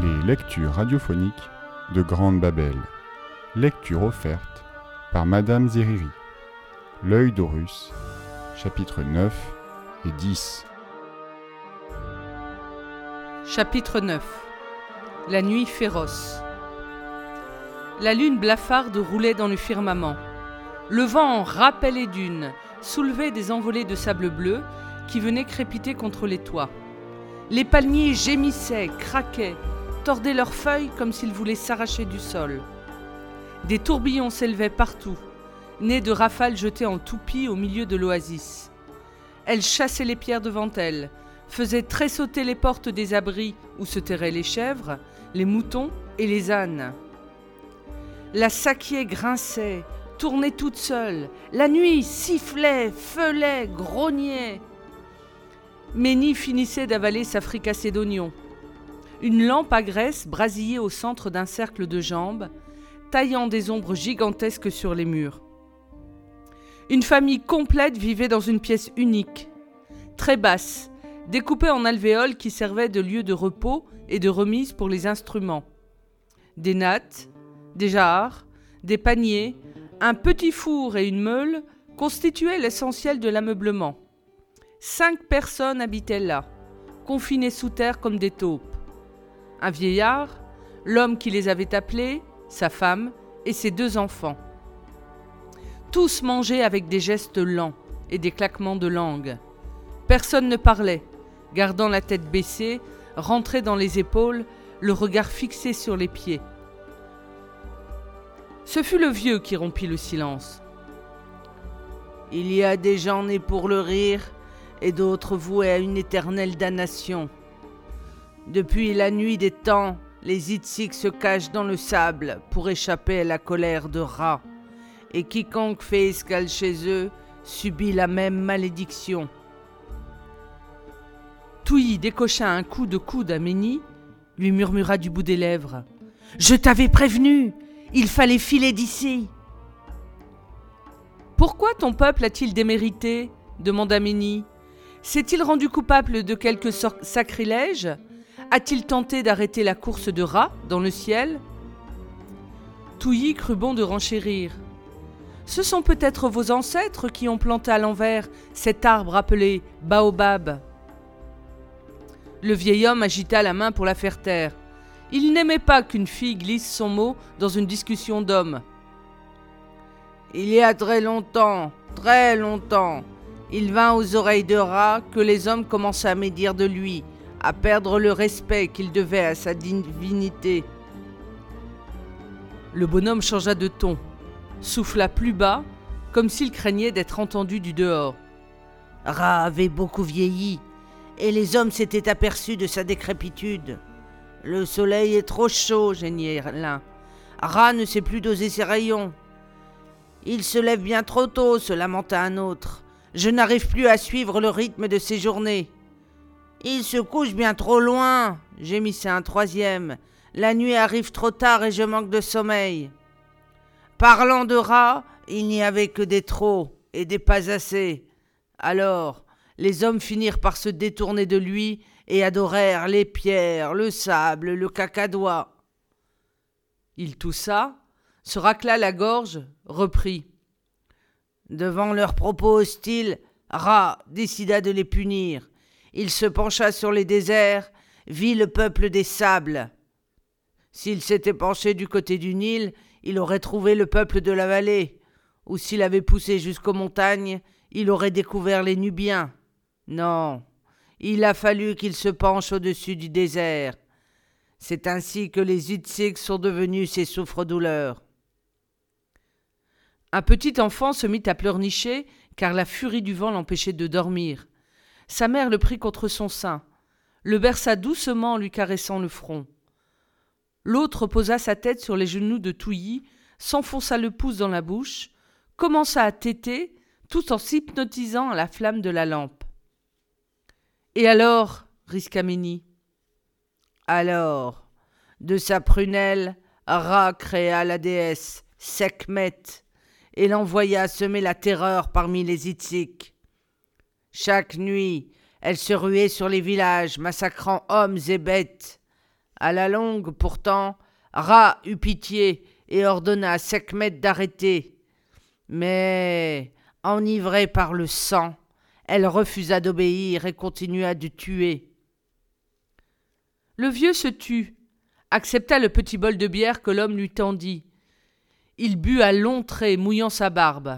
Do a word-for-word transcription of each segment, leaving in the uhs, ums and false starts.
Les lectures radiophoniques de Grande Babel. Lecture offerte par Madame Zeriri. L'œil d'Horus, chapitres neuf et dix. Chapitre neuf. La nuit féroce. La lune blafarde roulait dans le firmament. Le vent râpait les dunes, soulevait des envolées de sable bleu qui venaient crépiter contre les toits. Les palmiers gémissaient, craquaient, tordaient leurs feuilles comme s'ils voulaient s'arracher du sol. Des tourbillons s'élevaient partout, nés de rafales jetées en toupie au milieu de l'oasis. Elles chassaient les pierres devant elles, faisaient tressauter les portes des abris où se terraient les chèvres, les moutons et les ânes. La sakié grinçait, tournait toute seule. La nuit sifflait, feulait, grognait. Ménie finissait d'avaler sa fricassée d'oignons. Une lampe à graisse brasillait au centre d'un cercle de jambes, taillant des ombres gigantesques sur les murs. Une famille complète vivait dans une pièce unique, très basse, découpée en alvéoles qui servaient de lieu de repos et de remise pour les instruments. Des nattes, des jarres, des paniers, un petit four et une meule constituaient l'essentiel de l'ameublement. Cinq personnes habitaient là, confinées sous terre comme des taupes. Un vieillard, l'homme qui les avait appelés, sa femme et ses deux enfants. Tous mangeaient avec des gestes lents et des claquements de langue. Personne ne parlait, gardant la tête baissée, rentrée dans les épaules, le regard fixé sur les pieds. Ce fut le vieux qui rompit le silence. « Il y a des gens nés pour le rire et d'autres voués à une éternelle damnation. Depuis la nuit des temps, les Itziques se cachent dans le sable pour échapper à la colère de Ra, et quiconque fait escale chez eux subit la même malédiction. » Touilly décocha un coup de coude à Ménie, lui murmura du bout des lèvres. « Je t'avais prévenu, il fallait filer d'ici. » « Pourquoi ton peuple a-t-il démérité ?» demanda Ménie. « S'est-il rendu coupable de quelque so- sacrilège ? A-t-il tenté d'arrêter la course de Ra dans le ciel ?» Touilly crut bon de renchérir. « Ce sont peut-être vos ancêtres qui ont planté à l'envers cet arbre appelé baobab. » Le vieil homme agita la main pour la faire taire. Il n'aimait pas qu'une fille glisse son mot dans une discussion d'hommes. « Il y a très longtemps, très longtemps, il vint aux oreilles de Ra que les hommes commençaient à médire de lui, à perdre le respect qu'ils devaient à sa divinité. » Le bonhomme changea de ton, souffla plus bas, comme s'il craignait d'être entendu du dehors. « Ra avait beaucoup vieilli, et les hommes s'étaient aperçus de sa décrépitude. Le soleil est trop chaud, geignait l'un. Ra ne sait plus doser ses rayons. Il se lève bien trop tôt, se lamenta un autre. Je n'arrive plus à suivre le rythme de ses journées. Il se couche bien trop loin, gémissait un troisième. La nuit arrive trop tard et je manque de sommeil. Parlant de Ra, il n'y avait que des trop et des pas assez. Alors, les hommes finirent par se détourner de lui et adorèrent les pierres, le sable, le cacadois. Il toussa, se racla la gorge, reprit. Devant leurs propos hostiles, Ra décida de les punir. Il se pencha sur les déserts, vit le peuple des sables. S'il s'était penché du côté du Nil, il aurait trouvé le peuple de la vallée, ou s'il avait poussé jusqu'aux montagnes, il aurait découvert les Nubiens. Non, il a fallu qu'il se penche au-dessus du désert. C'est ainsi que les Itziques sont devenus ses souffres-douleurs. Un petit enfant se mit à pleurnicher car la furie du vent l'empêchait de dormir. Sa mère le prit contre son sein, le berça doucement en lui caressant le front. L'autre posa sa tête sur les genoux de Touilly, s'enfonça le pouce dans la bouche, commença à téter tout en s'hypnotisant à la flamme de la lampe. « Et alors ?» risqua Ménie. « Alors, de sa prunelle, Ra créa la déesse Sekhmet et l'envoya semer la terreur parmi les Itziques. Chaque nuit, elle se ruait sur les villages, massacrant hommes et bêtes. À la longue, pourtant, Ra eut pitié et ordonna à Sekhmet d'arrêter. Mais, enivrée par le sang, elle refusa d'obéir et continua de tuer. Le vieux se tut, accepta le petit bol de bière que l'homme lui tendit. Il but à longs traits, mouillant sa barbe.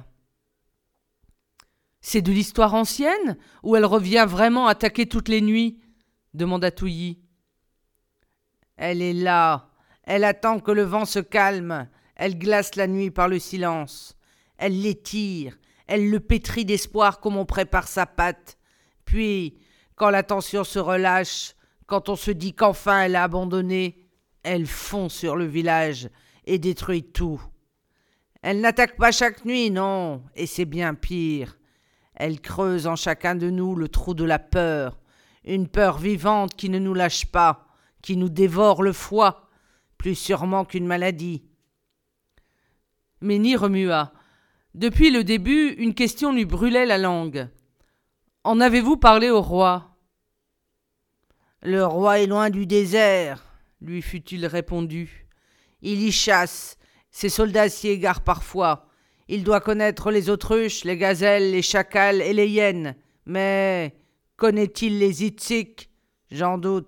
« C'est de l'histoire ancienne, ou elle revient vraiment attaquer toutes les nuits ?» demanda Touilly. « Elle est là. Elle attend que le vent se calme. Elle glace la nuit par le silence. Elle l'étire. Elle le pétrit d'espoir comme on prépare sa pâte. Puis, quand la tension se relâche, quand on se dit qu'enfin elle a abandonné, elle fond sur le village et détruit tout. Elle n'attaque pas chaque nuit, non, et c'est bien pire. Elle creuse en chacun de nous le trou de la peur, une peur vivante qui ne nous lâche pas, qui nous dévore le foie, plus sûrement qu'une maladie. » Ménie remua. Depuis le début, une question lui brûlait la langue. « En avez-vous parlé au roi ?» « Le roi est loin du désert, » lui fut-il répondu. « Il y chasse, ses soldats s'y égarent parfois. Il doit connaître les autruches, les gazelles, les chacals et les hyènes. Mais connaît-il les itziques ? J'en doute. »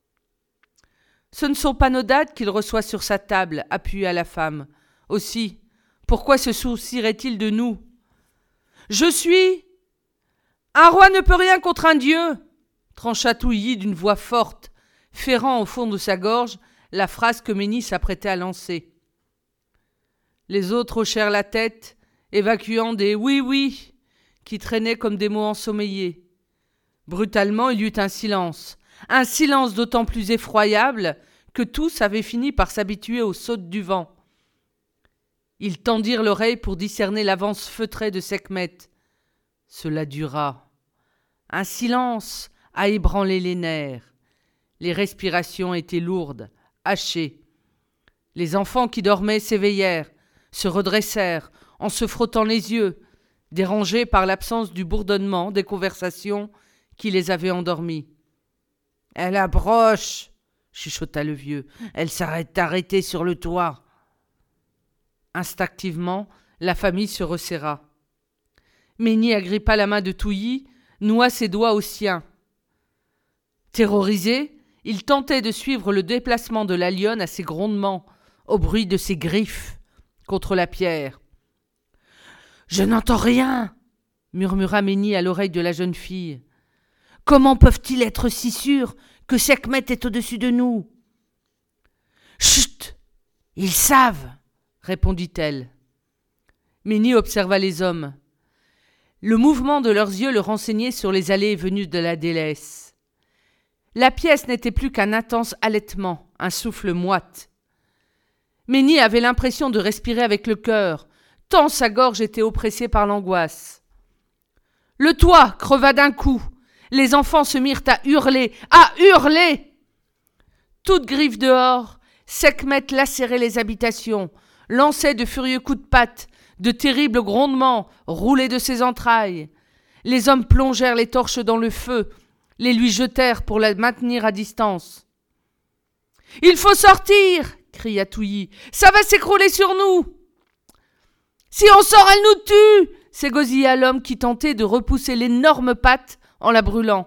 « Ce ne sont pas nos dates qu'il reçoit sur sa table, » appuya la femme. « Aussi, pourquoi se soucierait-il de nous ? » « Je suis... Un roi ne peut rien contre un dieu !» trancha Touilly d'une voix forte, ferrant au fond de sa gorge la phrase que Ménie s'apprêtait à lancer. Les autres hochèrent la tête, évacuant des « oui, oui » qui traînaient comme des mots ensommeillés. Brutalement, il y eut un silence, un silence d'autant plus effroyable que tous avaient fini par s'habituer aux sautes du vent. Ils tendirent l'oreille pour discerner l'avance feutrée de Sekhmet. Cela dura. Un silence à ébranler les nerfs. Les respirations étaient lourdes, hachées. Les enfants qui dormaient s'éveillèrent, se redressèrent en se frottant les yeux, dérangés par l'absence du bourdonnement des conversations qui les avaient endormis. « Elle approche !» chuchota le vieux. « Elle s'arrête arrêtée sur le toit. » Instinctivement, la famille se resserra. Ménie agrippa la main de Touilly, noua ses doigts aux siens. Terrorisé, il tentait de suivre le déplacement de la lionne à ses grondements, au bruit de ses griffes contre la pierre. « Je n'entends rien !» murmura Ménie à l'oreille de la jeune fille. « Comment peuvent-ils être si sûrs que Sekhmet est au-dessus de nous ?»« Chut ! Ils savent !» répondit-elle. Ménie observa les hommes. Le mouvement de leurs yeux le renseignait sur les allées et venues de la délaisse. La pièce n'était plus qu'un intense halètement, un souffle moite. Ménie avait l'impression de respirer avec le cœur, tant sa gorge était oppressée par l'angoisse. Le toit creva d'un coup. Les enfants se mirent à hurler, à hurler. Toutes griffes dehors, Sekhmet lacérait les habitations, lançait de furieux coups de patte, de terribles grondements roulaient de ses entrailles. Les hommes plongèrent les torches dans le feu, les lui jetèrent pour la maintenir à distance. « Il faut sortir !» cria Touilly. « Ça va s'écrouler sur nous !»« Si on sort, elle nous tue !» s'égosilla l'homme qui tentait de repousser l'énorme patte en la brûlant.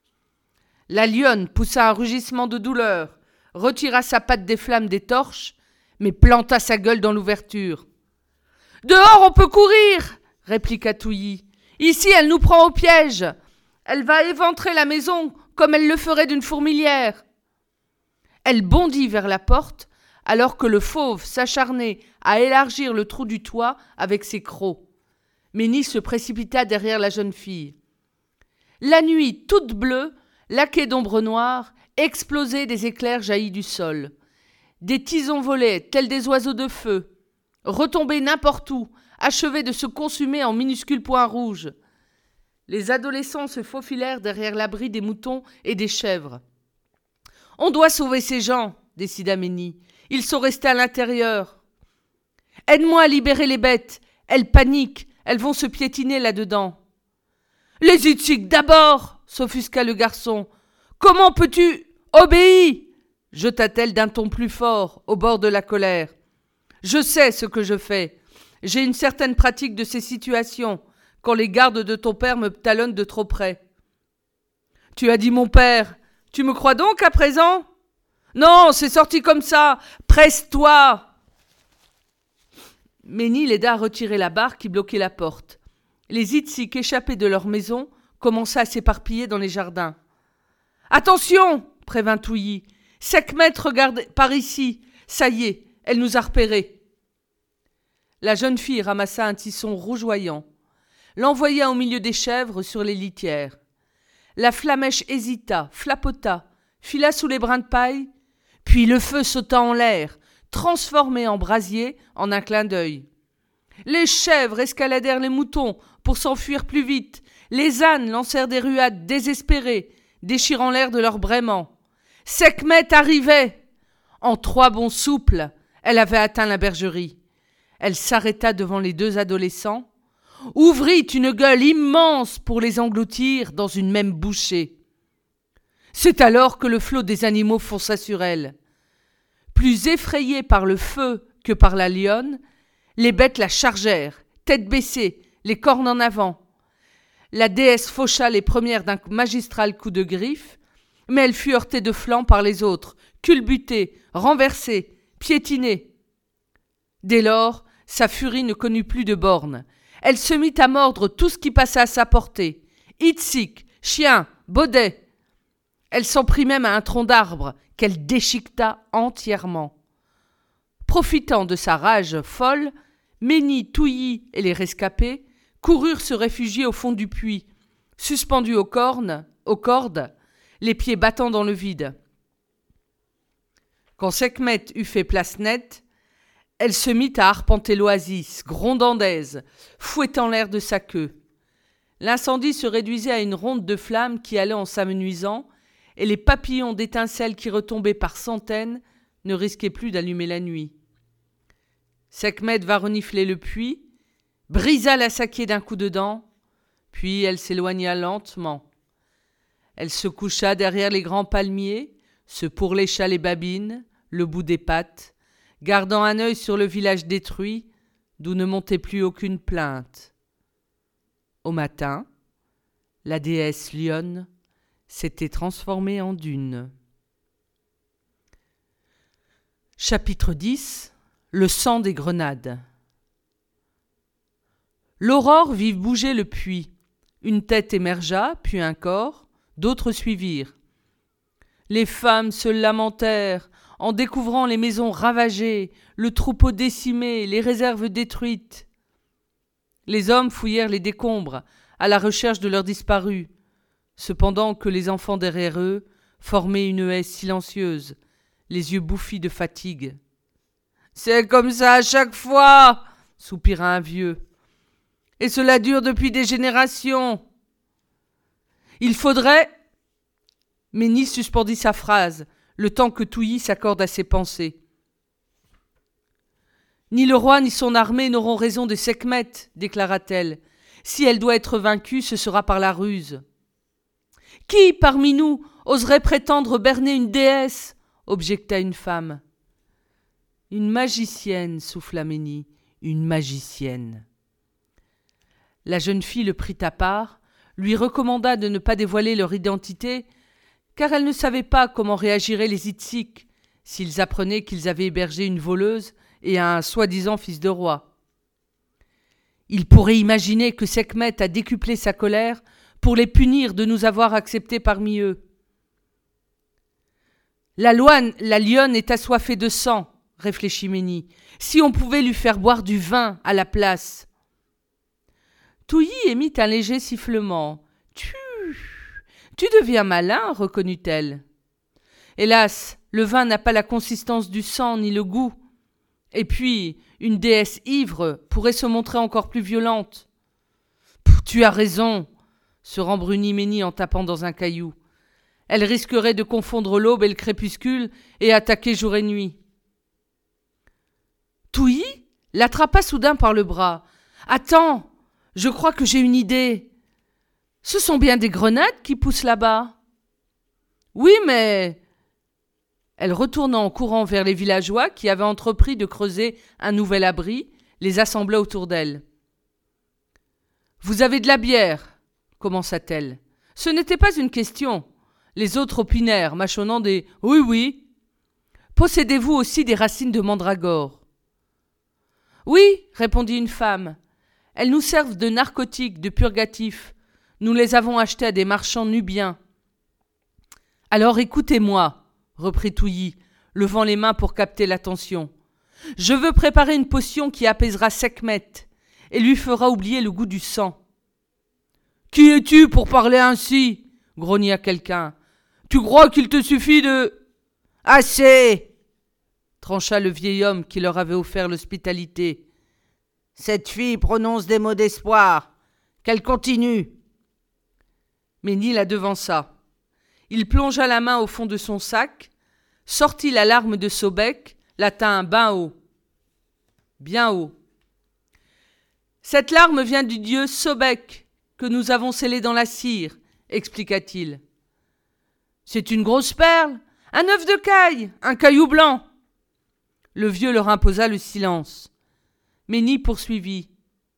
La lionne poussa un rugissement de douleur, retira sa patte des flammes des torches, mais planta sa gueule dans l'ouverture. « Dehors, on peut courir !» répliqua Touilly. « Ici, elle nous prend au piège. Elle va éventrer la maison comme elle le ferait d'une fourmilière. » Elle bondit vers la porte, alors que le fauve s'acharnait à élargir le trou du toit avec ses crocs. Ménie se précipita derrière la jeune fille. La nuit, toute bleue, laquée d'ombre noire, explosait des éclairs jaillis du sol. Des tisons volaient, tels des oiseaux de feu, retombaient n'importe où, achevés de se consumer en minuscules points rouges. Les adolescents se faufilèrent derrière l'abri des moutons et des chèvres. « On doit sauver ces gens, » décida Ménie. « Ils sont restés à l'intérieur. »« Aide-moi à libérer les bêtes. Elles paniquent. Elles vont se piétiner là-dedans. »« Les Itziques d'abord !» s'offusqua le garçon. « Comment peux-tu... Obéis !» jeta-t-elle d'un ton plus fort, au bord de la colère. Je sais ce que je fais. J'ai une certaine pratique de ces situations, quand les gardes de ton père me talonnent de trop près. Tu as dit mon père. Tu me crois donc à présent ? Non, c'est sorti comme ça. Presse-toi. Ménie l'aida à retirer la barre qui bloquait la porte. Les Itzik échappés de leur maison commençaient à s'éparpiller dans les jardins. « Attention !» prévint Touilly. « Sekhmet regarde par ici. Ça y est, elle nous a repérés. » La jeune fille ramassa un tisson rougeoyant, l'envoya au milieu des chèvres sur les litières. La flamèche hésita, flapota, fila sous les brins de paille, puis le feu sauta en l'air, transformé en brasier en un clin d'œil. Les chèvres escaladèrent les moutons pour s'enfuir plus vite. Les ânes lancèrent des ruades désespérées, déchirant l'air de leurs braiements. Sekhmet arrivait. En trois bonds souples, elle avait atteint la bergerie. Elle s'arrêta devant les deux adolescents, ouvrit une gueule immense pour les engloutir dans une même bouchée. C'est alors que le flot des animaux fonça sur elle. Plus effrayées par le feu que par la lionne, les bêtes la chargèrent, tête baissée, les cornes en avant. La déesse faucha les premières d'un magistral coup de griffe, mais elle fut heurtée de flanc par les autres, culbutée, renversée, piétinée. Dès lors, sa furie ne connut plus de bornes. Elle se mit à mordre tout ce qui passa à sa portée. Itzik, chiens, baudets. Elle s'en prit même à un tronc d'arbre qu'elle déchiqueta entièrement. Profitant de sa rage folle, Ménie, Touilly et les rescapés coururent se réfugier au fond du puits, suspendus aux cornes, aux cordes, les pieds battant dans le vide. Quand Sekhmet eut fait place nette, elle se mit à arpenter l'oasis, grondant d'aise, fouettant l'air de sa queue. L'incendie se réduisait à une ronde de flammes qui allait en s'amenuisant, et les papillons d'étincelles qui retombaient par centaines ne risquaient plus d'allumer la nuit. Sekhmet va renifler le puits, brisa la saquée d'un coup de dent, puis elle s'éloigna lentement. Elle se coucha derrière les grands palmiers, se pourlécha les babines, le bout des pattes, gardant un œil sur le village détruit, d'où ne montait plus aucune plainte. Au matin, la déesse lionne s'était transformée en dune. Chapitre dix. Le sang des grenades. L'aurore vit bouger le puits. Une tête émergea, puis un corps, d'autres suivirent. Les femmes se lamentèrent en découvrant les maisons ravagées, le troupeau décimé, les réserves détruites. Les hommes fouillèrent les décombres à la recherche de leurs disparus, cependant que les enfants derrière eux formaient une haie silencieuse, les yeux bouffis de fatigue. « C'est comme ça à chaque fois !» soupira un vieux. « Et cela dure depuis des générations !» Il faudrait... Ménie suspendit sa phrase, le temps que Touilly s'accorde à ses pensées. « Ni le roi ni son armée n'auront raison de Sekhmet, déclara-t-elle. Si elle doit être vaincue, ce sera par la ruse. »« Qui, parmi nous, oserait prétendre berner une déesse ?» objecta une femme. « Une magicienne, souffla Ménie, une magicienne. » La jeune fille le prit à part, lui recommanda de ne pas dévoiler leur identité, car elle ne savait pas comment réagiraient les Itzik s'ils apprenaient qu'ils avaient hébergé une voleuse et un soi-disant fils de roi. Ils pourraient imaginer que Sekhmet a décuplé sa colère pour les punir de nous avoir acceptés parmi eux. La, loi, la lionne est assoiffée de sang, réfléchit Ménie. Si on pouvait lui faire boire du vin à la place. Touilly émit un léger sifflement. Tu, tu deviens malin, reconnut-elle. Hélas, le vin n'a pas la consistance du sang ni le goût. Et puis, une déesse ivre pourrait se montrer encore plus violente. Pff, tu as raison, se rembrunit Ménie en tapant dans un caillou. Elle risquerait de confondre l'aube et le crépuscule et attaquer jour et nuit. Touilly l'attrapa soudain par le bras. « Attends, je crois que j'ai une idée. Ce sont bien des grenades qui poussent là-bas. »« Oui, mais... » Elle retourna en courant vers les villageois qui avaient entrepris de creuser un nouvel abri, les assembla autour d'elle. « Vous avez de la bière » commença-t-elle. Ce n'était pas une question. Les autres opinèrent, mâchonnant des « oui, oui ». « Possédez-vous aussi des racines de mandragore » ? « Oui, répondit une femme. Elles nous servent de narcotiques, de purgatifs. Nous les avons achetées à des marchands nubiens. »« Alors écoutez-moi, reprit Touilly, levant les mains pour capter l'attention. Je veux préparer une potion qui apaisera Sekhmet et lui fera oublier le goût du sang. »« Qui es-tu pour parler ainsi ?» grogna quelqu'un. « Tu crois qu'il te suffit de... »« Assez !» trancha le vieil homme qui leur avait offert l'hospitalité. « Cette fille prononce des mots d'espoir. Qu'elle continue. » Ménie la devança. Il plongea la main au fond de son sac, sortit la larme de Sobek, la tint ben haut. Bien haut. « Cette larme vient du dieu Sobek, que nous avons scellé dans la cire, expliqua-t-il. « C'est une grosse perle, un œuf de caille, un caillou blanc. » Le vieux leur imposa le silence. Ménie poursuivit.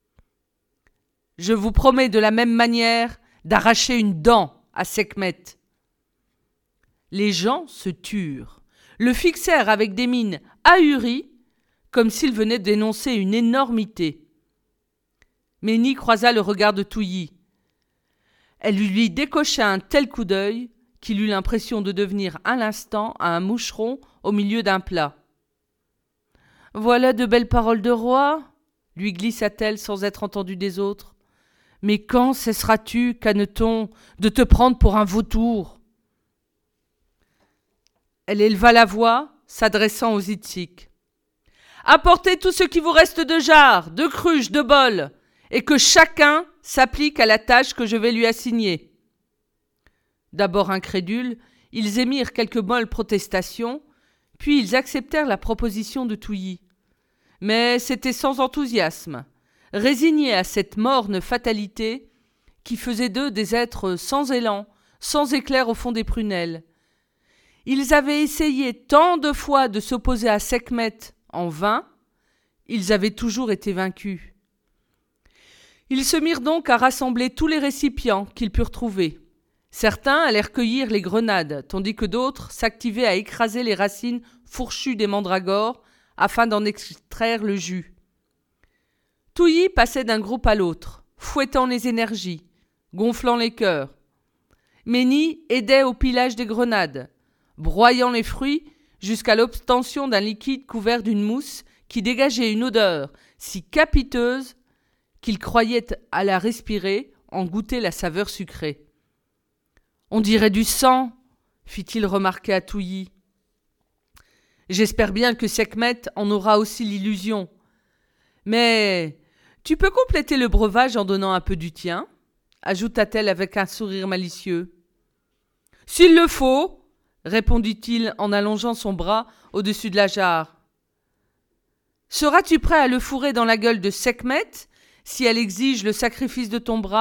« Je vous promets de la même manière d'arracher une dent à Sekhmet. » Les gens se turent, le fixèrent avec des mines ahuries, comme s'il venait d'énoncer une énormité. Ménie croisa le regard de Touilly. Elle lui décocha un tel coup d'œil qu'il eut l'impression de devenir à l'instant un moucheron au milieu d'un plat. « Voilà de belles paroles de roi » lui glissa-t-elle sans être entendue des autres. « Mais quand cesseras-tu, canneton, de te prendre pour un vautour ?» Elle éleva la voix, s'adressant aux Itziques. « Apportez tout ce qui vous reste de jarres, de cruches, de bols, et que chacun s'applique à la tâche que je vais lui assigner. » D'abord incrédules, ils émirent quelques molles protestations, puis ils acceptèrent la proposition de Touilly. Mais c'était sans enthousiasme, résignés à cette morne fatalité qui faisait d'eux des êtres sans élan, sans éclair au fond des prunelles. Ils avaient essayé tant de fois de s'opposer à Sekhmet en vain, ils avaient toujours été vaincus. Ils se mirent donc à rassembler tous les récipients qu'ils purent trouver. Certains allèrent cueillir les grenades, tandis que d'autres s'activaient à écraser les racines fourchues des mandragores afin d'en extraire le jus. Touilly passait d'un groupe à l'autre, fouettant les énergies, gonflant les cœurs. Ménie aidait au pilage des grenades, broyant les fruits jusqu'à l'obtention d'un liquide couvert d'une mousse qui dégageait une odeur si capiteuse qu'il croyait à la respirer en goûter la saveur sucrée. « On dirait du sang !» fit-il remarquer à Touilly. « J'espère bien que Sekhmet en aura aussi l'illusion. Mais tu peux compléter le breuvage en donnant un peu du tien ?» ajouta-t-elle avec un sourire malicieux. « S'il le faut !» répondit-il en allongeant son bras au-dessus de la jarre. « Seras-tu prêt à le fourrer dans la gueule de Sekhmet si elle exige le sacrifice de ton bras ?»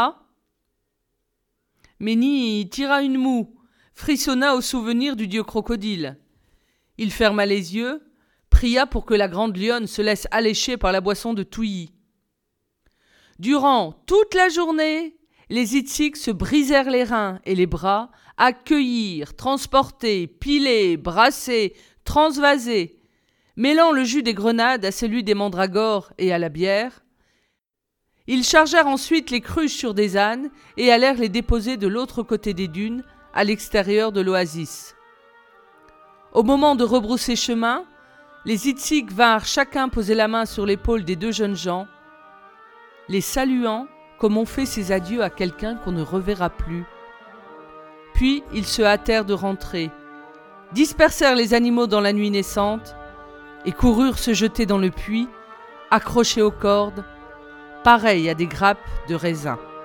Ménie tira une moue, frissonna au souvenir du dieu crocodile. Il ferma les yeux, pria pour que la grande lionne se laisse allécher par la boisson de Touilly. Durant toute la journée, les Itziques se brisèrent les reins et les bras à cueillir, transporter, piler, brasser, transvaser, mêlant le jus des grenades à celui des mandragores et à la bière. Ils chargèrent ensuite les cruches sur des ânes et allèrent les déposer de l'autre côté des dunes, à l'extérieur de l'oasis. Au moment de rebrousser chemin, les Itziques vinrent chacun poser la main sur l'épaule des deux jeunes gens, les saluant comme on fait ses adieux à quelqu'un qu'on ne reverra plus. Puis ils se hâtèrent de rentrer, dispersèrent les animaux dans la nuit naissante et coururent se jeter dans le puits, accrochés aux cordes, pareils à des grappes de raisin.